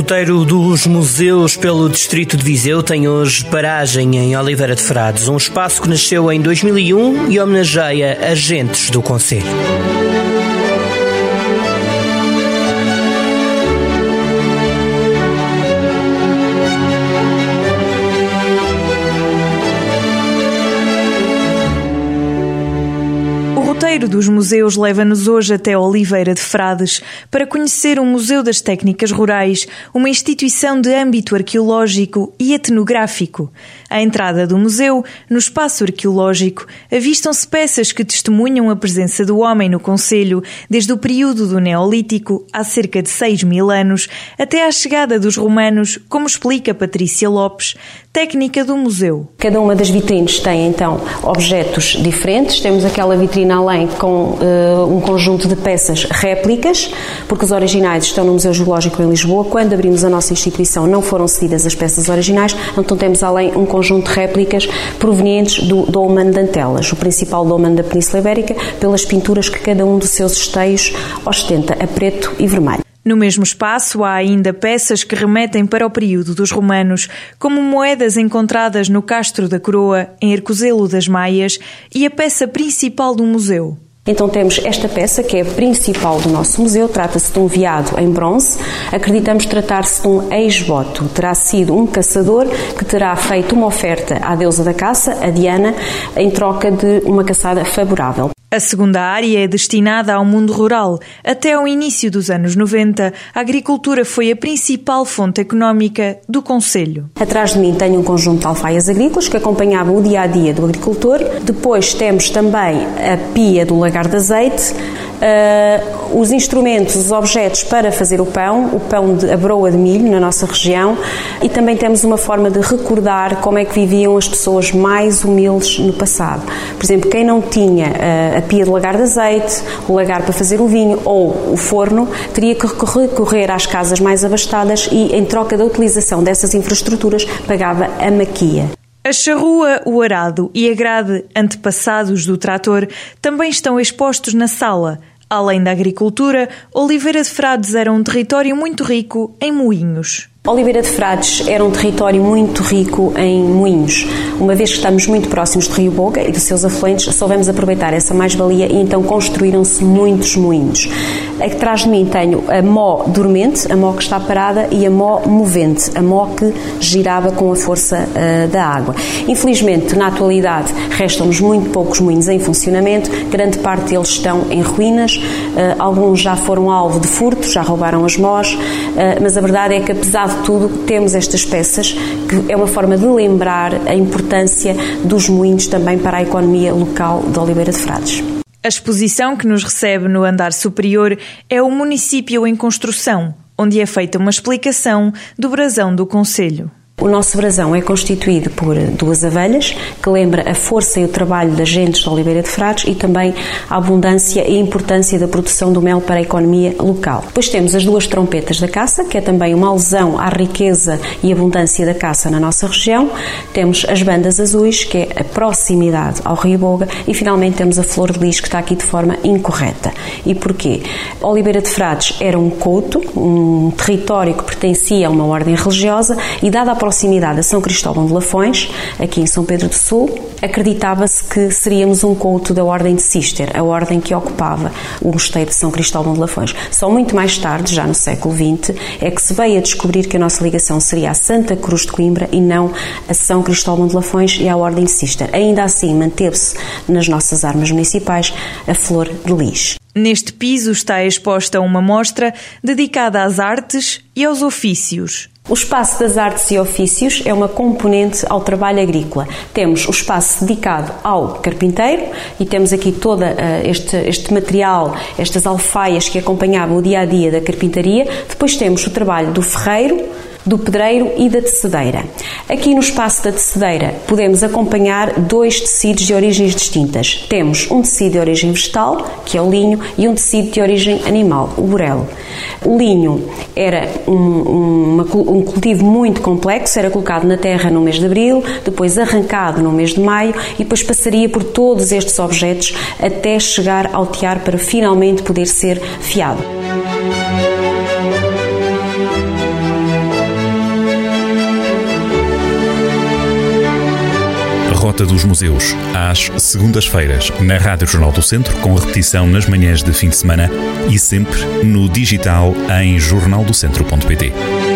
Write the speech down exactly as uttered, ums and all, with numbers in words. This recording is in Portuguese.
roteiro dos museus pelo distrito de Viseu tem hoje paragem em Oliveira de Frades, um espaço que nasceu em dois mil e um e homenageia agentes do concelho. O roteiro dos museus leva-nos hoje até Oliveira de Frades para conhecer o Museu das Técnicas Rurais, uma instituição de âmbito arqueológico e etnográfico. À entrada do museu, no espaço arqueológico, avistam-se peças que testemunham a presença do homem no concelho desde o período do Neolítico, há cerca de seis mil anos, até à chegada dos romanos, como explica Patrícia Lopes, técnica do museu. Cada uma das vitrines tem, então, objetos diferentes. Temos aquela vitrine além com uh, um conjunto de peças réplicas, porque os originais estão no Museu Geológico em Lisboa. Quando abrimos a nossa instituição não foram cedidas as peças originais, então temos além um conjunto de réplicas provenientes do dolmen de Antelas, o principal dolmen da Península Ibérica, pelas pinturas que cada um dos seus esteios ostenta, a preto e vermelho. No mesmo espaço há ainda peças que remetem para o período dos romanos, como moedas encontradas no Castro da Coroa, em Arcozelo das Maias, e a peça principal do museu. Então temos esta peça, que é a principal do nosso museu, trata-se de um veado em bronze. Acreditamos tratar-se de um ex-voto. Terá sido um caçador que terá feito uma oferta à deusa da caça, a Diana, em troca de uma caçada favorável. A segunda área é destinada ao mundo rural. Até ao início dos anos noventa, a agricultura foi a principal fonte económica do concelho. Atrás de mim tenho um conjunto de alfaias agrícolas que acompanhavam o dia-a-dia do agricultor. Depois temos também a pia do lagar de azeite, uh, os instrumentos, os objetos para fazer o pão, o pão de a broa de milho na nossa região, e também temos uma forma de recordar como é que viviam as pessoas mais humildes no passado. Por exemplo, quem não tinha uh, a pia de lagar de azeite, o lagar para fazer o vinho ou o forno, teria que recorrer às casas mais abastadas e, em troca da utilização dessas infraestruturas, pagava a maquia. A charrua, o arado e a grade, antepassados do trator, também estão expostos na sala. Além da agricultura, Oliveira de Frades era um território muito rico em moinhos. Oliveira de Frades era um território muito rico em moinhos. Uma vez que estamos muito próximos de Rio Boga e dos seus afluentes, soubemos aproveitar essa mais-valia e então construíram-se muitos moinhos. Atrás de mim tenho a mó dormente, a mó que está parada, e a mó movente, a mó que girava com a força uh, da água. Infelizmente, na atualidade, restam-nos muito poucos moinhos em funcionamento, grande parte deles estão em ruínas, uh, alguns já foram alvo de furto, já roubaram as mós, uh, mas a verdade é que, apesar de tudo, temos estas peças, que é uma forma de lembrar a importância dos moinhos também para a economia local de Oliveira de Frades. A exposição que nos recebe no andar superior é o município em construção, onde é feita uma explicação do brasão do concelho. O nosso brasão é constituído por duas abelhas, que lembra a força e o trabalho das gentes de Oliveira de Frades e também a abundância e a importância da produção do mel para a economia local. Depois temos as duas trompetas da caça, que é também uma alusão à riqueza e abundância da caça na nossa região. Temos as bandas azuis, que é a proximidade ao Rio Boga, e finalmente temos a flor de lis, que está aqui de forma incorreta. E porquê? Oliveira de Frades era um couto, um território que pertencia a uma ordem religiosa, e dada a proximidade a São Cristóvão de Lafões, aqui em São Pedro do Sul, acreditava-se que seríamos um couto da Ordem de Cister, a ordem que ocupava o mosteiro de São Cristóvão de Lafões. Só muito mais tarde, já no século vinte, é que se veio a descobrir que a nossa ligação seria a Santa Cruz de Coimbra e não a São Cristóvão de Lafões e à Ordem de Cister. Ainda assim, manteve-se nas nossas armas municipais a flor de lis. Neste piso está exposta uma mostra dedicada às artes e aos ofícios. O espaço das artes e ofícios é uma componente ao trabalho agrícola. Temos o espaço dedicado ao carpinteiro e temos aqui todo uh, este, este material, estas alfaias que acompanhavam o dia-a-dia da carpintaria. Depois temos o trabalho do ferreiro, do pedreiro e da tecedeira. Aqui no espaço da tecedeira podemos acompanhar dois tecidos de origens distintas. Temos um tecido de origem vegetal, que é o linho, e um tecido de origem animal, o burelo. O linho era um, um, um cultivo muito complexo, era colocado na terra no mês de abril, depois arrancado no mês de maio e depois passaria por todos estes objetos até chegar ao tear para finalmente poder ser fiado. Rota dos Museus, às segundas-feiras, na Rádio Jornal do Centro, com repetição nas manhãs de fim de semana e sempre no digital em jornal do centro ponto pt.